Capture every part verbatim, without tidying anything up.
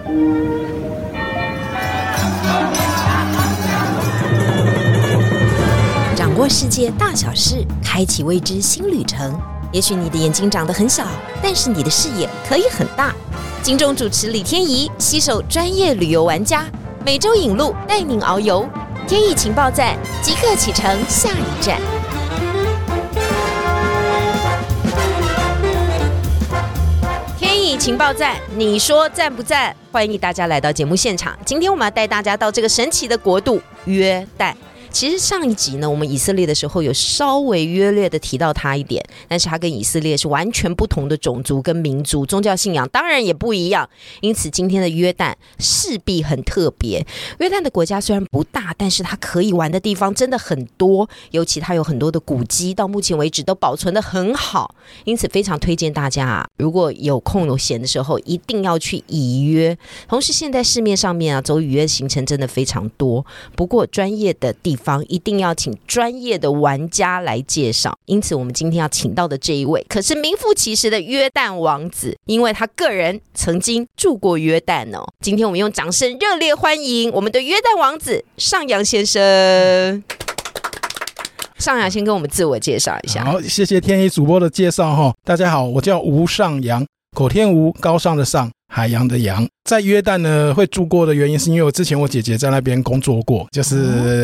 掌握世界大小事，开启未知新旅程。也许你的眼睛长得很小，但是你的视野可以很大。金钟主持李天宜携手专业旅游玩家，每周引路带您遨游。天意情报站即刻启程下一站。天意情报站，你说赞不赞？欢迎大家来到节目现场。今天我们要带大家到这个神奇的国度约旦。其实上一集呢，我们以色列的时候有稍微约略的提到他一点，但是他跟以色列是完全不同的种族跟民族，宗教信仰当然也不一样。因此今天的约旦势必很特别。约旦的国家虽然不大，但是它可以玩的地方真的很多，尤其它有很多的古迹，到目前为止都保存得很好。因此非常推荐大家啊，如果有空有闲的时候，一定要去以约。同时现在市面上面啊，走以约行程真的非常多，不过专业的地方一定要请专业的玩家来介绍，因此我们今天要请到的这一位可是名副其实的约旦王子，因为他个人曾经住过约旦哦。今天我们用掌声热烈欢迎我们的约旦王子上扬先生。上扬先跟我们自我介绍一下。 好，谢谢天一主播的介绍哈。大家好，我叫吴上扬，口天吴，高尚的上，海洋的洋。在约旦呢会住过的原因是因为我之前我姐姐在那边工作过，就是、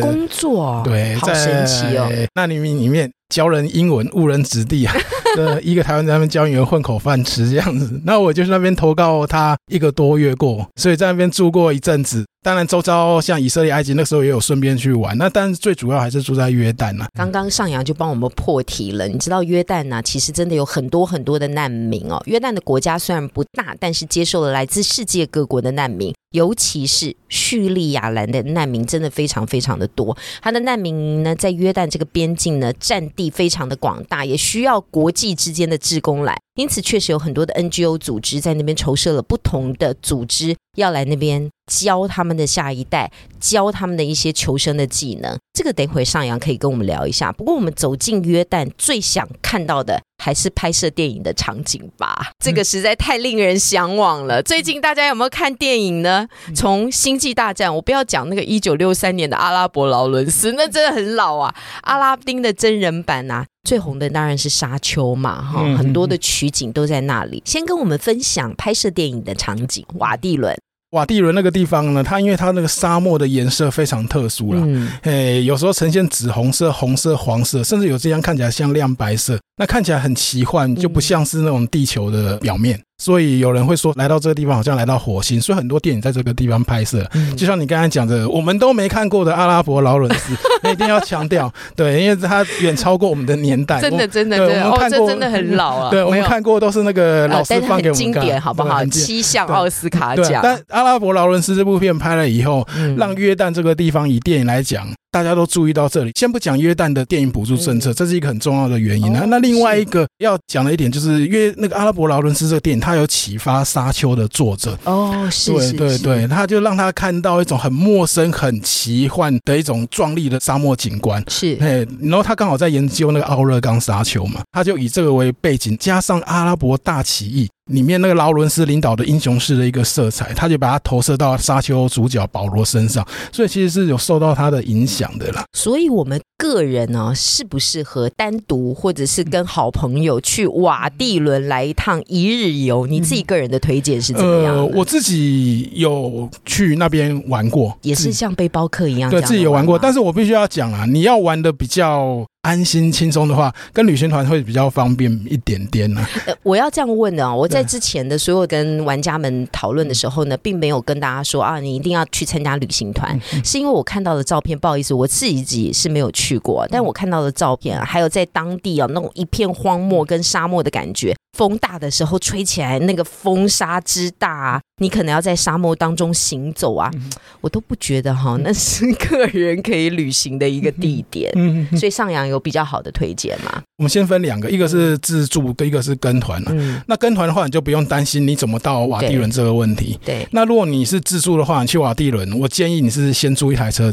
哦、工作对， 好神奇哦。 那里面里面教人英文，误人子弟啊。一个台湾在那边教英文混口饭吃这样子。那我就去那边投靠他一个多月过，所以在那边住过一阵子。当然周遭像以色列、埃及那时候也有顺便去玩，那但是最主要还是住在约旦啊。 刚刚上扬就帮我们破题了，你知道约旦啊其实真的有很多很多的难民哦。约旦的国家虽然不大，但是接受了来自世界各国的难民，尤其是叙利亚来的难民真的非常非常的多。他的难民营呢在约旦这个边境呢占地非常的广大，也需要国际之间的志工来，因此确实有很多的 N G O 组织在那边筹设了不同的组织，要来那边教他们的下一代，教他们的一些求生的技能。这个等会上扬可以跟我们聊一下。不过我们走进约旦最想看到的还是拍摄电影的场景吧，这个实在太令人向往了。最近大家有没有看电影呢？从星际大战，我不要讲那个一九六三年的阿拉伯劳伦斯，那真的很老啊。阿拉丁的真人版啊，最红的当然是沙丘嘛，嗯、很多的取景都在那里。先跟我们分享拍摄电影的场景，瓦地伦。 瓦地伦那个地方呢，它因为它那个沙漠的颜色非常特殊啦、嗯欸、有时候呈现紫红色、红色、黄色，甚至有这样看起来像亮白色，那看起来很奇幻，就不像是那种地球的表面、嗯、所以有人会说来到这个地方好像来到火星，所以很多电影在这个地方拍摄、嗯、就像你刚才讲的我们都没看过的阿拉伯劳伦斯一定要强调对，因为它远超过我们的年代真的真的真的我们看过、哦、这真的很老啊对，我们看过都是那个老师放给我们看、呃、但是很经典好不好？七项奥斯卡奖。但阿拉伯劳伦斯这部片拍了以后、嗯、让约旦这个地方以电影来讲大家都注意到这里。先不讲约旦的电影补助政策、嗯、这是一个很重要的原因、啊哦、那另外一个要讲的一点就是约那个阿拉伯劳伦斯这个电影它有启发沙丘的作者哦，是对对对，他就让他看到一种很陌生很奇幻的一种壮丽的沙漠景观是，然后他刚好在研究那个奥勒冈沙丘嘛，他就以这个为背景，加上阿拉伯大起义里面那个劳伦斯领导的英雄式的一个色彩，他就把它投射到沙丘主角保罗身上，所以其实是有受到他的影响的啦。所以我们个人呢、哦，适不适合单独或者是跟好朋友去瓦地伦来一趟一日游？你自己个人的推荐是怎么样的？呃，我自己有去那边玩过，也是像背包客一样，对自己有玩过。但是我必须要讲啊，你要玩的比较安心轻松的话，跟旅行团会比较方便一点点呢、啊呃。我要这样问的啊，我在之前的所有跟玩家们讨论的时候呢，并没有跟大家说啊，你一定要去参加旅行团，嗯、是因为我看到的照片，不好意思，我自己是没有去过，但我看到的照片、啊，还有在当地啊那种一片荒漠跟沙漠的感觉，风大的时候吹起来那个风沙之大啊，你可能要在沙漠当中行走啊，嗯、我都不觉得哈，那是个人可以旅行的一个地点，嗯、所以上扬有比较好的推荐吗？我们先分两个，一个是自助，一个是跟团、啊嗯、那跟团的话，你就不用担心你怎么到瓦地伦这个问题。对，那如果你是自助的话，你去瓦地伦，我建议你是先租一台车子啊。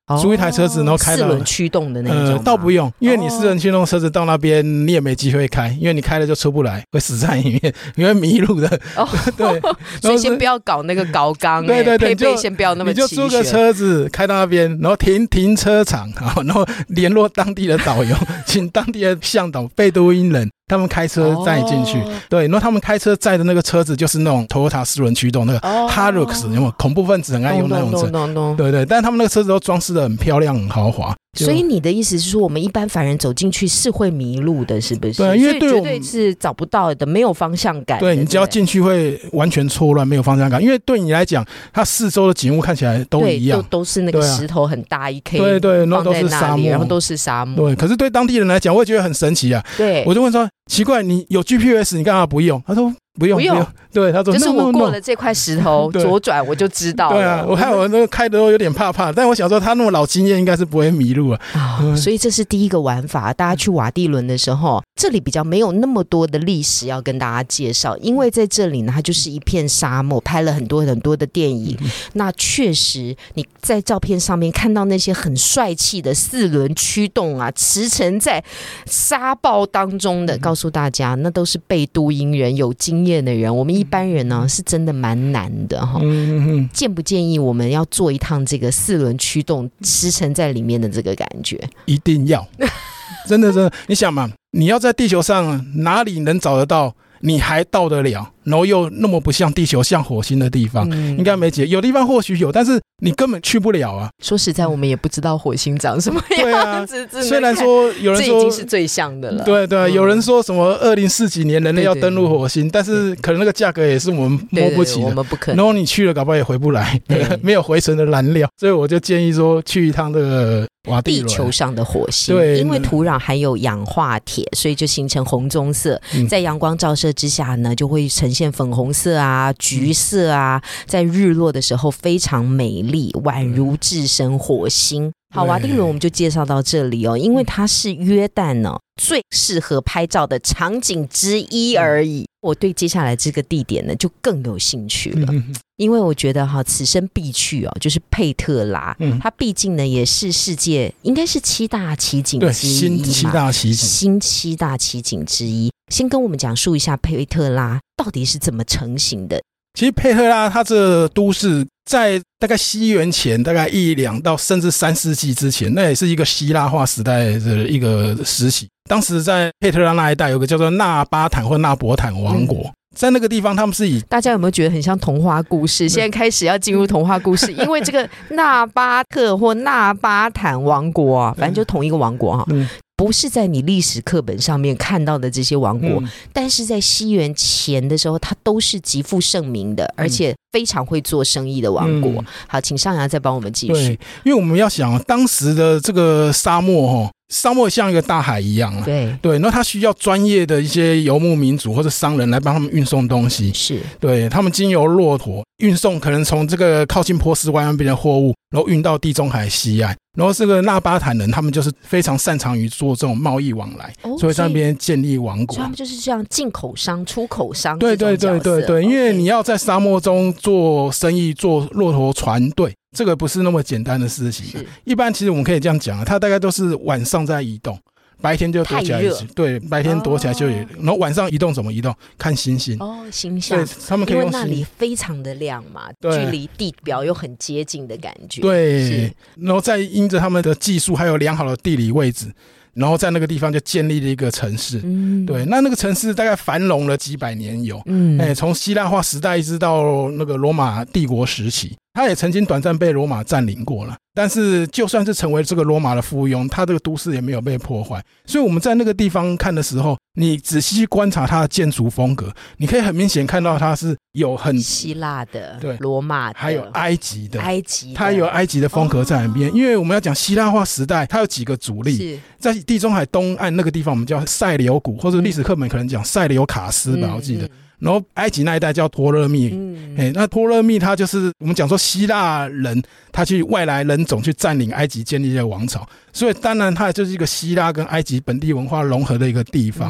租一台车子，然后开到四轮驱动的那种、呃。 倒不用，因为你四轮驱动车子到那边你也没机会开，因为你开了就出不来，会死在里面，你会迷路的。哦，对， 所以先不要搞那个高纲、欸， 对对对， 配备先不要那么齐全。 你就租个车子开到那边，然后停停车场，然后联络当地的导游，请当地的向导贝都因人。他们开车载进去，哦、对，然后他们开车载的那个车子就是那种 Toyota 四轮驱动那个 Hilux， 有没有？恐怖分子很爱用那种车，对对，但是他们那个车子都装饰的很漂亮、很豪华。 所以你的意思是说，我们一般凡人走进去是会迷路的，是不是？ 对，因为对我们绝对是找不到的，没有方向感。 对，你只要进去会完全错乱，没有方向感。因为对你来讲，它四周的景物看起来都一样， 都都是那个石头很大一 K， 对对，然后都是沙漠， 然后都是沙漠。 对，可是对当地人来讲，我也觉得很神奇啊。 对， 我就问说，奇怪，你有 G P S， 你干嘛不用？他说。不用不用，对，他说就是我过了这块石头左转我就知道了。 对啊，我看我那个开的都有点怕怕，但我想说他那么老经验应该是不会迷路啊。 哦、所以这是第一个玩法。大家去瓦地伦的时候，这里比较没有那么多的历史要跟大家介绍，因为在这里呢，它就是一片沙漠，拍了很多很多的电影。嗯、那确实你在照片上面看到那些很帅气的四轮驱动啊，驰骋在沙暴当中的，告诉大家那都是贝都因人，有经验的人。我们一一般人呢是真的蛮难的哈、嗯，建不建议我们要做一趟这个四轮驱动驰骋在里面的这个感觉？ 一定要，真的真的，你想嘛，你要在地球上哪里能找得到？你还到得了，然后又那么不像地球像火星的地方、嗯、应该没解。有地方或许有，但是你根本去不了啊。 说实在我们也不知道火星长什么样子、 啊、虽然说有人说这已经是最像的了， 对对、嗯、有人说什么二零四几年人类要登陆火星，但是可能那个价格也是我们摸不起的， 对对对，我们不可能。 然后你去了搞不好也回不来，没有回程的燃料，所以我就建议说去一趟这个瓦地伦， 地球上的火星。对，因为土壤含有氧化铁，所以就形成红棕色、嗯、在阳光照射之下呢就会呈现粉红色啊橘色啊，在日落的时候非常美丽，宛如置身火星。好，瓦地伦我们就介绍到这里哦，因为它是约旦呢、哦、最适合拍照的场景之一而已。我对接下来这个地点呢就更有兴趣了，因为我觉得哈，此生必去哦，就是佩特拉。嗯，它毕竟呢也是世界应该是七大奇景之一，对， 新七大奇景， 新七大奇景之一。先跟我们讲述一下佩特拉到底是怎么成型的。 其实佩特拉它这都市在大概西元前大概一两到甚至三世纪之前，那也是一个希腊化时代的一个时期。当时在佩特拉那一带有个叫做纳巴坦或纳伯坦王国、嗯，在那个地方他们是以， 大家有没有觉得很像童话故事？现在开始要进入童话故事，因为这个纳巴特或纳巴坦王国啊，反正就同一个王国哈、啊。嗯，不是在你历史课本上面看到的这些王国、嗯、但是在西元前的时候它都是极负盛名的、嗯、而且非常会做生意的王国、嗯、好，请上牙再帮我们继续。 因为我们要想当时的这个沙漠、哦、沙漠像一个大海一样、啊、 对对，那它需要专业的一些游牧民族或者商人来帮他们运送东西， 是对他们经由骆驼运送可能从这个靠近波斯湾那边的货物，然后运到地中海西岸，然后这个纳巴坦人他们就是非常擅长于做这种贸易往来、哦、所以在那边建立王国， 所以他们就是这样进口商出口商， 对对对对对，因为你要在沙漠中做生意做骆驼船队，这个不是那么简单的事情。一般其实我们可以这样讲，它大概都是晚上在移动，白天就躲起来，对，白天躲起来就有、哦、然后晚上移动怎么移动？看星星哦，星象，对， 他们可以用星， 因为那里非常的亮嘛，距离地表又很接近的感觉， 对，然后再因着他们的技术还有良好的地理位置，然后在那个地方就建立了一个城市、嗯、对，那那个城市大概繁荣了几百年有，嗯，哎，从希腊化时代一直到那个罗马帝国时期，它也曾经短暂被罗马占领过了，但是就算是成为这个罗马的附庸，它这个都市也没有被破坏。所以我们在那个地方看的时候，你仔细去观察它的建筑风格，你可以很明显看到它是有很希腊的、对罗马的， 还有埃及的， 埃及的它有埃及的风格在里面、哦、因为我们要讲希腊化时代，它有几个主力，在地中海东岸那个地方我们叫塞琉古，或者历史课本可能讲塞琉卡斯吧、嗯、我记得，然后埃及那一带叫托勒密、嗯欸、那托勒密他就是我们讲说希腊人他去外来人种去占领埃及建立一个王朝，所以当然它就是一个希腊跟埃及本地文化融合的一个地方、嗯、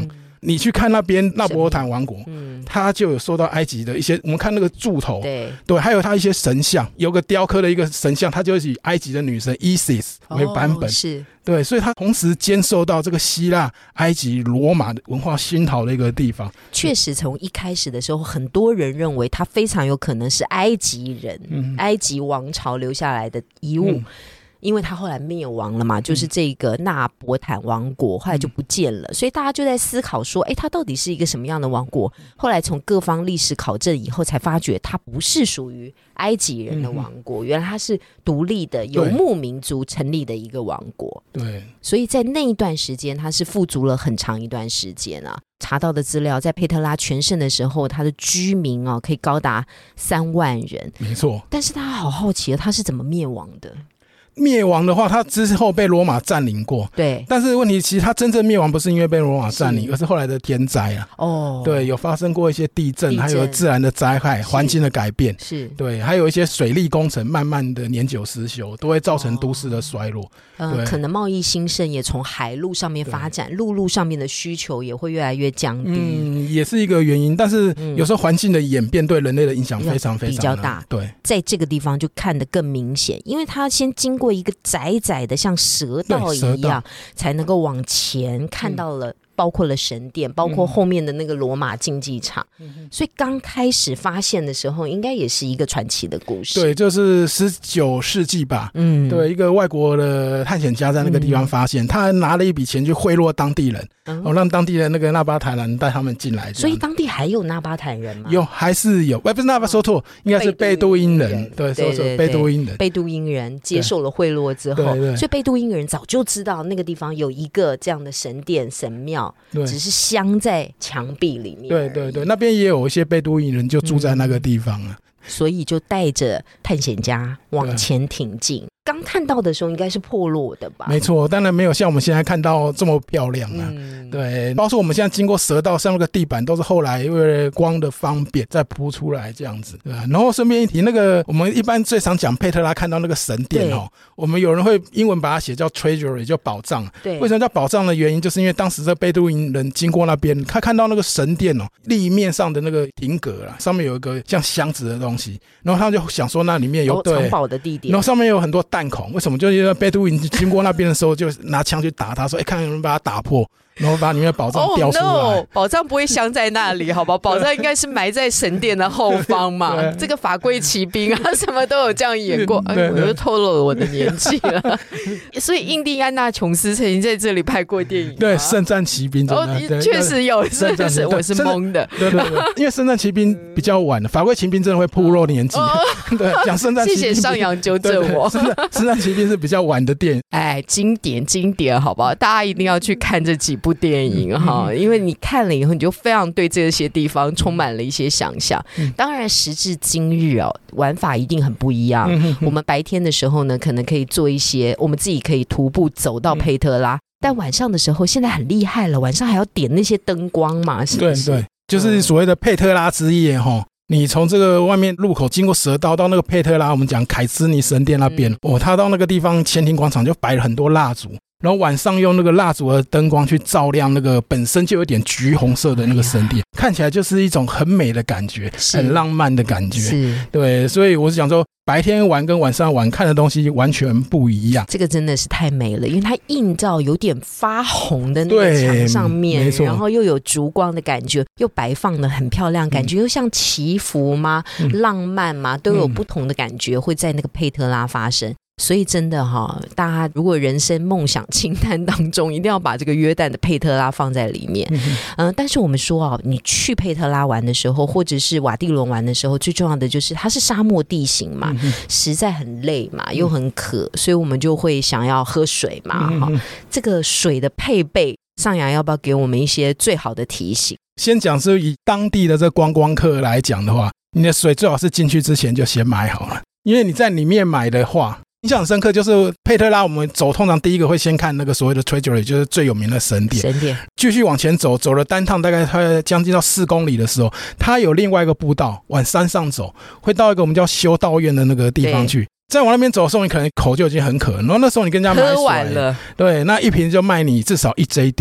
你去看那边纳博坦王国， 嗯， 它就有受到埃及的一些，我们看那个柱头， 对对，还有它一些神像，有个雕刻的一个神像，它就是以埃及的女神 Isis 为版本， 哦、是。 对，所以它同时兼受到这个希腊、埃及、罗马的文化熏陶的一个地方。 确实，从一开始的时候，很多人认为它非常有可能是埃及人、嗯、埃及王朝留下来的遗物。嗯，因为他后来灭亡了嘛，就是这个纳博坦王国后来就不见了，所以大家就在思考说，哎，他到底是一个什么样的王国？后来从各方历史考证以后，才发觉他不是属于埃及人的王国，原来他是独立的游牧民族成立的一个王国。 对， 所以在那一段时间，他是富足了很长一段时间啊。查到的资料，在佩特拉全盛的时候，他的居民哦可以高达三万人。 没错， 但是大家好好奇，他是怎么灭亡的？ 灭亡的话，他之后被罗马占领过， 对。 但是问题，其实他真正灭亡不是因为被罗马占领，而是后来的天灾啊。哦，对，有发生过一些地震，地震还有自然的灾害、环境的改变， 是对，还有一些水利工程慢慢的年久失修，都会造成都市的衰落。 哦、呃，可能贸易兴盛也从海路上面发展，陆路上面的需求也会越来越降低。 嗯，也是一个原因。但是有时候环境的演变对人类的影响非常非常比较大。 对， 在这个地方就看得更明显，因为它先经过一个窄窄的像蛇道一样，才能够往前看到了。嗯，包括了神殿，包括后面的那个罗马竞技场，嗯、所以刚开始发现的时候，应该也是一个传奇的故事。 对，就是十九世纪吧。嗯，对，一个外国的探险家在那个地方发现，嗯、他拿了一笔钱去贿赂当地人，嗯、哦，让当地的那个纳巴坦人带他们进来。 所以当地还有纳巴坦人吗？ 有，还是有。不是纳巴，说错，应该是贝都因人。对，说错，贝都因人。 贝都因人接受了贿赂之后，对对对，所以贝都因人早就知道那个地方有一个这样的神殿神庙。只是镶在墙壁里面。 对对对，那边也有一些贝都因人就住在那个地方啊， 嗯、所以就带着探险家往前挺进。刚看到的时候应该是破落的吧？ 没错，当然没有像我们现在看到这么漂亮啊。嗯、对，包括我们现在经过蛇道上那个地板，都是后来因为光的方便再铺出来这样子，对吧？然后顺便一提，那个我们一般最常讲佩特拉看到那个神殿哦，我们有人会英文把它写叫 treasury， 叫宝藏。对，为什么叫宝藏的原因，就是因为当时这贝都因人经过那边，他看到那个神殿哦，立面上的那个亭阁啦，上面有一个像箱子的东西，然后他就想说那里面有、哦、 藏宝的地点， 然后上面有很多弹孔，为什么？就因为贝都因经过那边的时候，就拿枪去打他，说：“哎、欸，看有人把他打破。”然后把里面的宝藏掉出来。 Oh no， 宝藏不会镶在那里，好吧？宝藏应该是埋在神殿的后方嘛。这个法贵骑兵啊，什么都有这样演过。哎，我就透露了我的年纪了。所以印第安纳琼斯曾经在这里拍过电影。 对，圣战骑兵。 哦，确实有，是不是？我是懵的。 对对对，因为圣战骑兵比较晚了，法贵骑兵真的会暴露年纪。哦、对，讲圣战骑兵。 谢谢上扬纠正我。 圣战圣战骑兵是比较晚的电影。 哎，经典经典，好不好？大家一定要去看这几部电影哈，因为你看了以后，你就非常对这些地方充满了一些想象。当然，时至今日哦，玩法一定很不一样。我们白天的时候呢，可能可以做一些，我们自己可以徒步走到佩特拉，但晚上的时候，现在很厉害了，晚上还要点那些灯光嘛，是不是？ 对对，就是所谓的佩特拉之夜哈。你从这个外面入口经过蛇道到那个佩特拉，我们讲凯兹尼神殿那边，嗯、哦，他到那个地方前庭广场就摆了很多蜡烛，然后晚上用那个蜡烛的灯光去照亮那个本身就有点橘红色的那个神殿，哎、看起来就是一种很美的感觉，很浪漫的感觉。是，对，所以我是想说，白天玩跟晚上玩看的东西完全不一样。 这个真的是太美了，因为它映照有点发红的那个墙上面，然后又有烛光的感觉，又摆放的很漂亮，感觉又像祈福吗、嗯、浪漫吗，都有不同的感觉会在那个佩特拉发生。所以真的哈，大家如果人生梦想清单当中一定要把这个约旦的佩特拉放在里面。嗯、呃，但是我们说啊，你去佩特拉玩的时候，或者是瓦蒂伦玩的时候，最重要的就是它是沙漠地形嘛，嗯、实在很累嘛，又很渴，嗯、所以我们就会想要喝水嘛。哈、嗯，这个水的配备，上扬要不要给我们一些最好的提醒？ 先讲是以当地的这观光客来讲的话，你的水最好是进去之前就先买好了，因为你在里面买的话。印象很深刻，就是佩特拉，我们走通常第一个会先看那个所谓的 treasury， 就是最有名的神殿。神殿继续往前走，走了单趟大概它将近到四公里的时候，它有另外一个步道往山上走，会到一个我们叫修道院的那个地方去。再往那边走的时候，你可能口就已经很渴了，然后那时候你跟人家买水，喝完了，对，那一瓶就卖你至少一 J D 啊。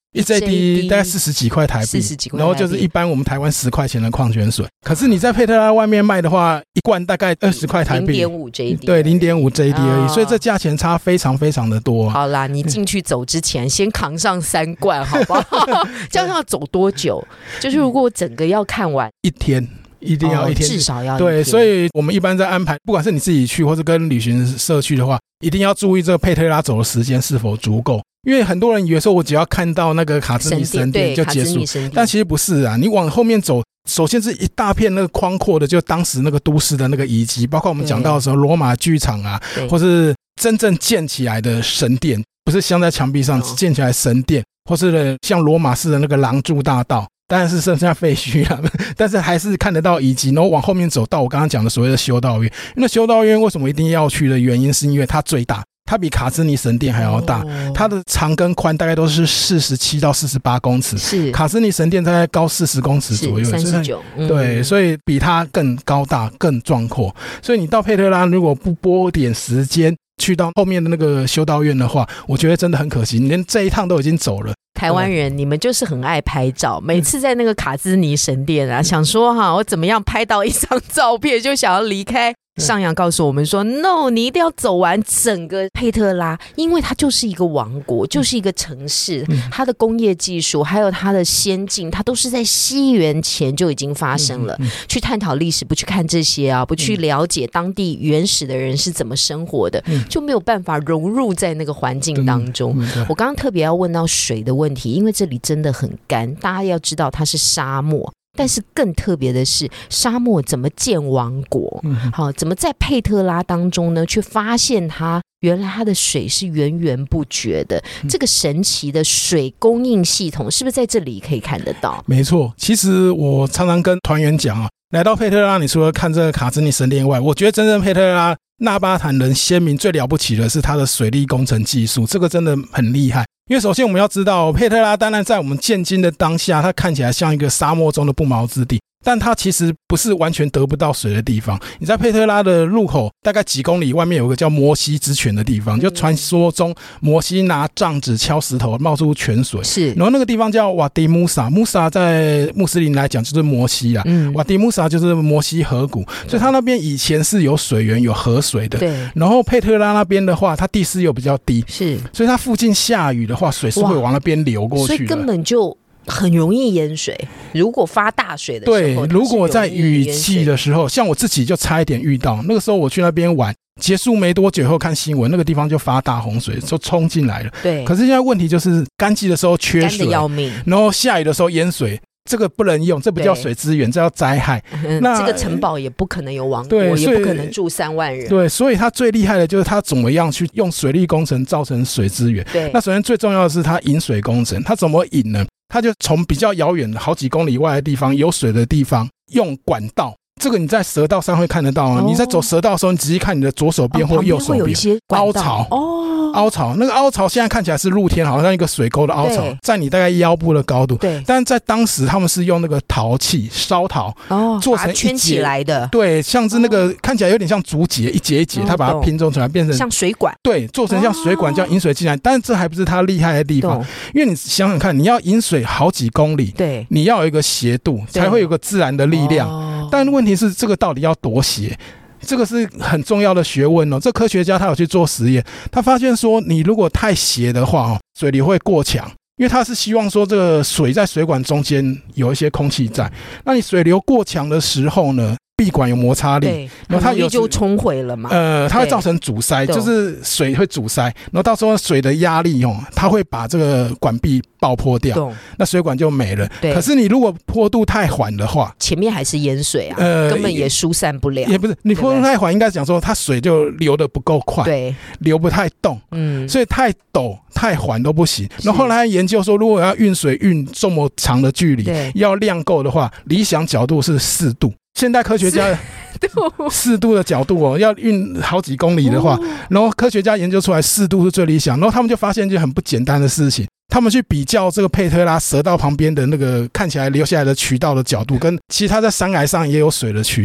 一 J D 大概四十几块台币， 四十几块， 然后就是一般我们台湾十块钱的矿泉水。可是你在佩特拉外面卖的话，一罐大概二十块台币， 零点五 J D， 对，零点五 J D 而已、哦，所以这价钱差非常非常的多。 好啦，你进去走之前先扛上三罐，好不好？这样要走多久？就是如果我整个要看完一天。一定要一天、哦、 至少要一天。 对，所以我们一般在安排，不管是你自己去或是跟旅行社去的话，一定要注意这个佩特拉走的时间是否足够。因为很多人以为说我只要看到那个卡兹尼神殿就结束，但其实不是啊。你往后面走，首先是一大片那个宽阔的，就当时那个都市的那个遗迹，包括我们讲到的时候罗马剧场啊，或是真正建起来的神殿，不是镶在墙壁上建起来神殿，或是像罗马式的那个廊柱大道。当然是剩下废墟了，但是还是看得到遗迹，然后往后面走到我刚刚讲的所谓的修道院。那修道院为什么一定要去的原因，是因为它最大，它比卡兹尼神殿还要大，哦、它的长跟宽大概都是四十七到四十八公尺，是卡兹尼神殿大概高四十公尺左右， 三十九， 对，所以比它更高大、更壮阔。所以你到佩特拉如果不拨点时间去到后面的那个修道院的话，我觉得真的很可惜，你连这一趟都已经走了。 台湾人，你们就是很爱拍照，每次在那个卡兹尼神殿啊，想说哈，我怎么样拍到一张照片就想要离开。上扬告诉我们说 no， 你一定要走完整个佩特拉，因为它就是一个王国，就是一个城市，它的工业技术还有它的先进，它都是在西元前就已经发生了。去探讨历史，不去看这些啊，不去了解当地原始的人是怎么生活的，就没有办法融入在那个环境当中。我刚刚特别要问到水的问题，因为这里真的很干，大家要知道它是沙漠，但是更特别的是，沙漠怎么建王国？好，怎么在佩特拉当中呢，去发现它原来它的水是源源不绝的？这个神奇的水供应系统，是不是在这里可以看得到？ 没错，其实我常常跟团员讲啊，来到佩特拉，你除了看这个卡兹尼神殿外，我觉得真正佩特拉纳巴坦人先民最了不起的是他的水利工程技术，这个真的很厉害。因为首先我们要知道，佩特拉当然在我们建金的当下，它看起来像一个沙漠中的不毛之地，但它其实不是完全得不到水的地方。你在佩特拉的入口大概几公里外面有个叫摩西之泉的地方，就传说中摩西拿杖子敲石头冒出泉水，是。然后那个地方叫瓦迪穆萨，穆萨在穆斯林来讲就是摩西啦，嗯、瓦迪穆萨就是摩西河谷，所以它那边以前是有水源有河水的。对。然后佩特拉那边的话，它地势又比较低，是，所以它附近下雨的话，水是会往那边流过去的， 所以根本就很容易淹水。如果发大水的时候， 对，如果在雨季的时候，像我自己就差一点遇到，那个时候我去那边玩，结束没多久以后看新闻，那个地方就发大洪水，就冲进来了。对，可是现在问题就是干季的时候缺水，干得要命，然后下雨的时候淹水。这个不能用，这不叫水资源，这叫灾害。 嗯、那这个城堡也不可能有王国，也不可能住三万人。 对，所以他最厉害的就是他怎么样去用水利工程造成水资源。对，那首先最重要的是他引水工程，他怎么引呢？他就从比较遥远的好几公里外的地方，有水的地方用管道。这个你在蛇道上会看得到啊、哦！你在走蛇道的时候，你仔细看你的左手边或右手边，凹槽哦，凹槽那个凹槽现在看起来是露天，好像一个水沟的凹槽，在你大概腰部的高度。对，但是在当时他们是用那个陶器烧陶哦，做成一圈起来的， 对，像是那个、哦、看起来有点像竹节，一节一节，它、哦、把它拼凑出来变成像水管， 对，做成像水管这样引水进来。但是这还不是它厉害的地方，因为你想想看，你要引水好几公里，对，你要有一个斜度，才会有个自然的力量。哦但问题是，这个到底要多斜？这个是很重要的学问哦。这科学家他有去做实验，他发现说，你如果太斜的话，哦，水流会过强，因为他是希望说这个水在水管中间有一些空气在。那你水流过强的时候呢？闭管有摩擦力， 然后它有就冲毁了嘛。 呃，它会造成阻塞，就是水会阻塞，然后到时候水的压力哦，它会把这个管壁爆破掉，那水管就没了。可是你如果坡度太缓的话， 前面还是淹水啊，呃，根本也疏散不了。 也不是，你坡度太缓，应该讲说它水就流得不够快，对，流不太动，嗯，所以太陡太缓都不行。然后后来研究说，如果要运水运这么长的距离，要量够的话，理想角度是四度。现代科学家四度的角度哦，要运好几公里的话，然后科学家研究出来四度是最理想，然后他们就发现一件很不简单的事情，他们去比较这个佩特拉蛇道旁边的那个看起来流下来的渠道的角度，跟其他在山崖上也有水的渠道，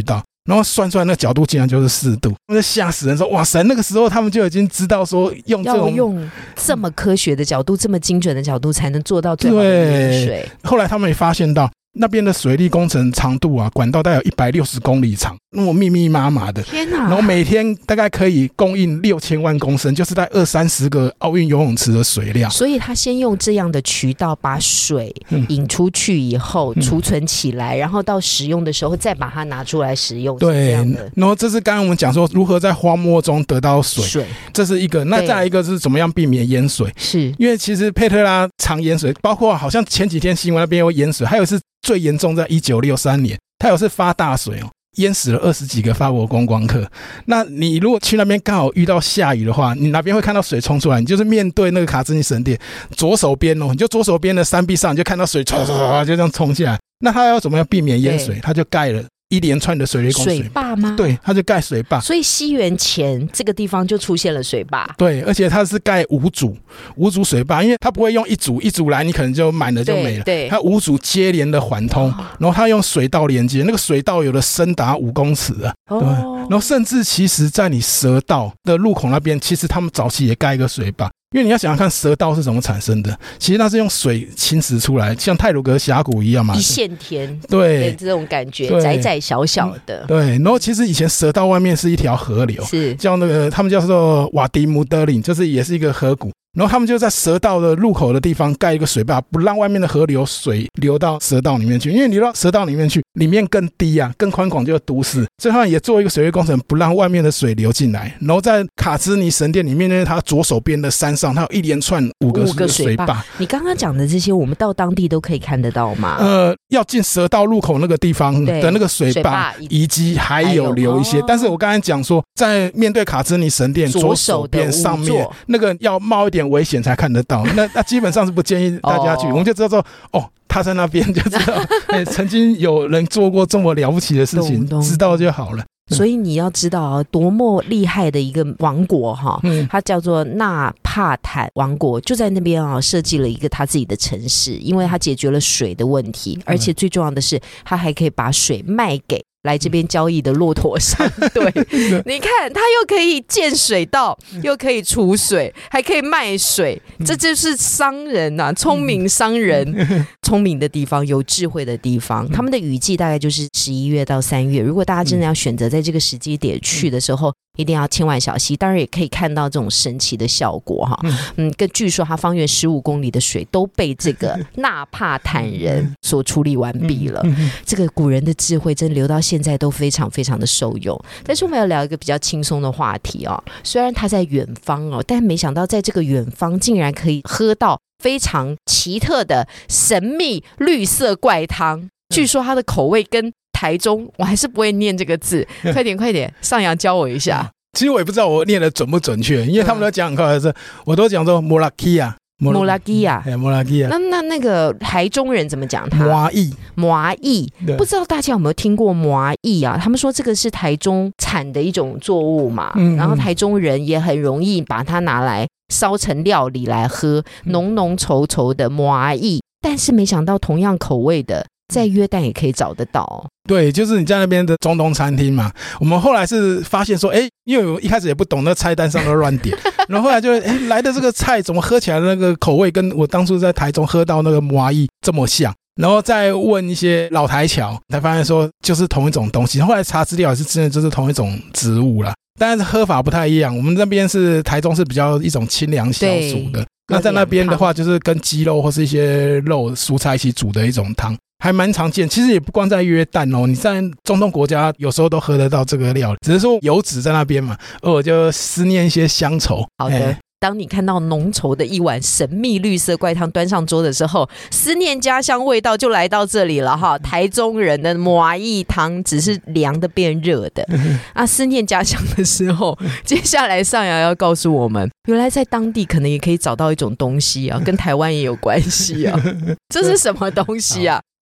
然后算出来那个角度竟然就是四度，那吓死人说哇塞，那个时候他们就已经知道说用这种要用这么科学的角度、这么精准的角度才能做到最好的饮水。 后来他们也发现到那边的水利工程长度啊，管道大概有一百六十公里长，那么密密麻麻的， 天哪！ 然后每天大概可以供应六千万公升，就是在二三十个奥运游泳池的水量。 所以他先用这样的渠道把水引出去以后、嗯、储存起来，然后到使用的时候再把它拿出来使用。 对，然后这是刚刚我们讲说如何在荒漠中得到水，水这是一个。那再来一个是怎么样避免淹水？是因为其实佩特拉常淹水，包括好像前几天新闻那边有淹水，还有是最严重在一九六三年，它有是发大水哦，淹死了二十几个法国观光客。那你如果去那边刚好遇到下雨的话，你哪边会看到水冲出来？你就是面对那个卡兹尼神殿左手边哦，你就左手边的山壁上，你就看到水唰唰唰就这样冲下来。那他要怎么样避免淹水？他就盖了一连串的水利工程。 水坝吗？ 对，他就盖水坝。 所以西元前这个地方就出现了水坝。 对，而且他是盖五组五组水坝，因为他不会用一组一组来，你可能就满了就没了。对，他五组接连的缓通，哦、然后他用水道连接，那个水道有的深达五公尺啊。哦，对，然后甚至其实在你蛇道的入口那边，其实他们早期也盖一个水坝。因为你要想想看蛇道是怎么产生的，其实它是用水侵蚀出来，像太鲁阁峡谷一样嘛， 一线天， 对， 这种感觉，窄窄小小的， 对。然后其实以前蛇道外面是一条河流，是叫那个他们叫做瓦迪姆德林，就是也是一个河谷。然后他们就在蛇道的入口的地方盖一个水坝，不让外面的河流水流到蛇道里面去，因为流到蛇道里面去，里面更低啊，更宽广，就有都市，所以他们也做一个水利工程，不让外面的水流进来。然后在卡兹尼神殿里面呢，它左手边的山上，它有一连串五个水坝。 你刚刚讲的这些，我们到当地都可以看得到吗？ 呃，要进蛇道入口那个地方的那个水坝遗迹还有留一些，但是我刚才讲说，在面对卡兹尼神殿左手边上面那个要冒一点危险才看得到，那那基本上是不建议大家去。我们就知道说，哦，他在那边就知道，欸、曾经有人做过这么了不起的事情，知道就好了。 所以你要知道啊，多么厉害的一个王国哈，嗯、它叫做纳帕坦王国，就在那边啊，设计了一个他自己的城市，因为它解决了水的问题，而且最重要的是，它还可以把水卖给来这边交易的骆驼商队。你看他又可以建水道，又可以储水，还可以卖水，这就是商人啊，聪明商人，聪明的地方，有智慧的地方。他们的雨季大概就是十一月到三月，如果大家真的要选择在这个时机点去的时候，一定要千万小心。当然也可以看到这种神奇的效果哈。嗯，跟据说它方圆十五公里的水都被这个纳帕坦人所处理完毕了。这个古人的智慧真留到现在都非常非常的受用。但是我们要聊一个比较轻松的话题哦，虽然它在远方哦，但没想到在这个远方竟然可以喝到非常奇特的神秘绿色怪汤。据说它的口味跟台中，我还是不会念这个字，快点快点，上扬教我一下。 其实我也不知道我念的准不准确，因为他们都讲很快的是，我都讲说摩拉基亚， 摩拉基亚， 摩拉基亚。 那那那个台中人怎么讲它？ 麻薏， 麻薏，不知道大家有没有听过麻薏啊？他们说这个是台中产的一种作物嘛，嗯嗯，然后台中人也很容易把它拿来烧成料理来喝，浓浓稠稠的麻薏。但是没想到同样口味的，在约旦也可以找得到。 对，就是你在那边的中东餐厅嘛。我们后来是发现说，哎，因为我一开始也不懂，那菜单上都乱点，然后后来就哎来的这个菜怎么喝起来的那个口味跟我当初在台中喝到那个麻薏这么像，然后再问一些老台侨，才发现说就是同一种东西。后来查资料也是真的就是同一种植物啦，但是喝法不太一样。我们那边是台中是比较一种清凉消暑的，那在那边的话就是跟鸡肉或是一些肉蔬菜一起煮的一种汤，还蛮常见。其实也不光在约旦哦，你在中东国家有时候都喝得到这个料理，只是说油脂在那边嘛，偶尔就思念一些乡愁。 好的、欸，当你看到浓稠的一碗神秘绿色怪汤端上桌的时候，思念家乡味道就来到这里了哈。台中人的麻薏汤只是凉的变热的啊，思念家乡的时候，接下来上扬要告诉我们，原来在当地可能也可以找到一种东西啊，跟台湾也有关系啊。这是什么东西啊？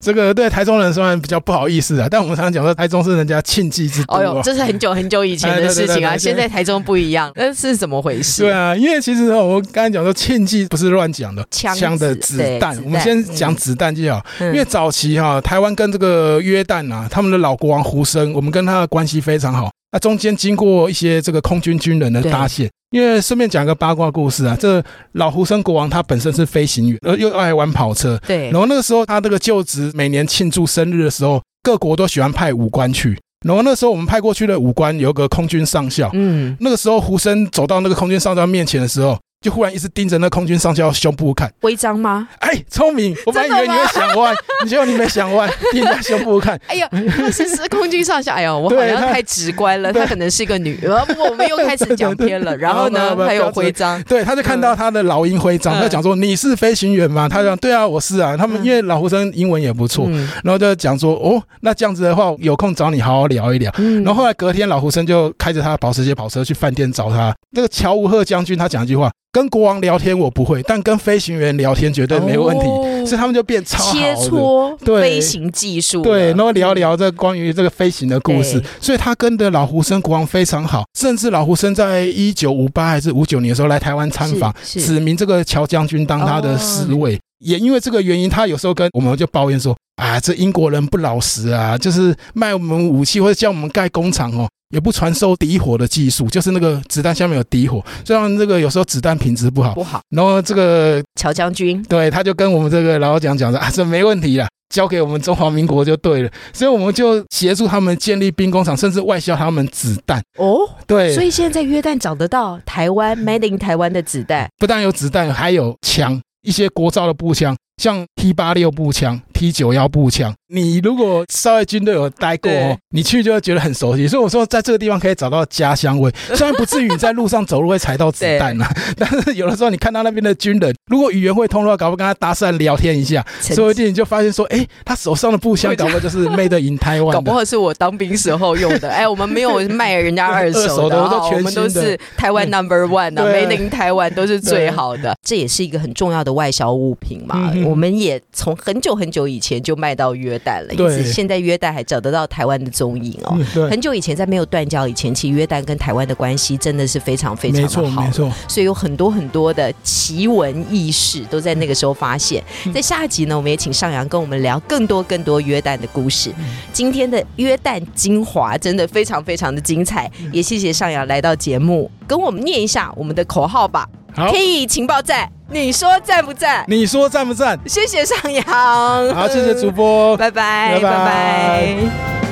这个对台中人虽然比较不好意思啊，但我们常常讲说台中是人家庆忌之都、啊。哦哟，这是很久很久以前的事情啊，现在台中不一样，那是怎么回事？ 对啊，因为其实我刚才讲说庆忌不是乱讲的，枪的子弹，我们先讲子弹就好、嗯。因为早期哈、啊，台湾跟这个约旦啊，他们的老国王胡生，我们跟他的关系非常好。那中间经过一些这个空军军人的搭线，因为顺便讲个八卦故事啊，这老胡生国王他本身是飞行员，而又爱玩跑车， 对。 然后那个时候他这个就职，每年庆祝生日的时候，各国都喜欢派武官去。然后那时候我们派过去的武官有个空军上校，嗯，那个时候胡生走到那个空军上校面前的时候，就忽然一直盯着那空军上校胸部看， 徽章吗？ 哎，聪明！我本来以为你会想歪，你结果你没想歪，盯着胸部看。 哎呦，那是是空军上校。哎呦，我好像太直观了，他可能是一个女。不过我们又开始讲偏了。然后呢，还有徽章， 对，他就看到他的老鹰徽章，他就讲说：“你是飞行员吗？”他讲：“对啊，我是啊。”他们因为老胡生英文也不错，然后就讲说：“哦，那这样子的话，有空找你好好聊一聊。”然后后来隔天，老胡生就开着他的保时捷跑车去饭店找他。那个乔吴赫将军他讲一句话。跟国王聊天我不会，但跟飞行员聊天绝对没问题，哦、所以他们就变超好的切磋飞行技术， 对，然后聊聊这关于这个飞行的故事，所以他跟的老胡生国王非常好，甚至老胡生在一九五八还是五九年的时候来台湾参访，指名这个乔将军当他的侍卫。哦，也因为这个原因，他有时候跟我们就抱怨说啊，这英国人不老实啊，就是卖我们武器或者叫我们盖工厂哦，也不传授底火的技术，就是那个子弹下面有底火，虽然这个有时候子弹品质不好不好。 然后这个乔将军对他就跟我们这个老蒋讲说啊，这没问题啦，交给我们中华民国就对了，所以我们就协助他们建立兵工厂，甚至外销他们子弹。 哦， 对， 所以现在在约旦找得到台湾 Made in 台湾的子弹， 不但有子弹，还有枪。一些国造的步枪，像 T 八十六 步枪、T 九十一 步枪，你如果稍微军队有待过哦，你去就会觉得很熟悉。所以我说，在这个地方可以找到家乡味，虽然不至于你在路上走路会踩到子弹啊，但是有的时候你看到那边的军人，如果语言会通的话，搞不好跟他搭讪聊天一下，说不定你就发现说，哎，他手上的步枪搞不好就是 Made in Taiwan， 搞不好是我当兵时候用的。哎，我们没有卖人家二手的， 二手的都全新的， 我们都是台湾 Number One 啊 ，Made in Taiwan 都是最好的。这也是一个很重要的外销物品嘛。嗯、我们也从很久很久以前就卖到约旦了，因此现在约旦还找得到台湾的踪影哦。嗯、很久以前在没有断交以前，其实约旦跟台湾的关系真的是非常非常的好， 没错没错。 所以有很多很多的奇闻异事都在那个时候发现。在下一集呢，我们也请上扬跟我们聊更多更多约旦的故事。嗯、今天的约旦精华真的非常非常的精彩，也谢谢上扬来到节目，跟我们念一下我们的口号吧。可以情报站，你说赞不赞？ 你说赞不赞？ 谢谢上扬， 好，谢谢主播， 拜拜，拜拜。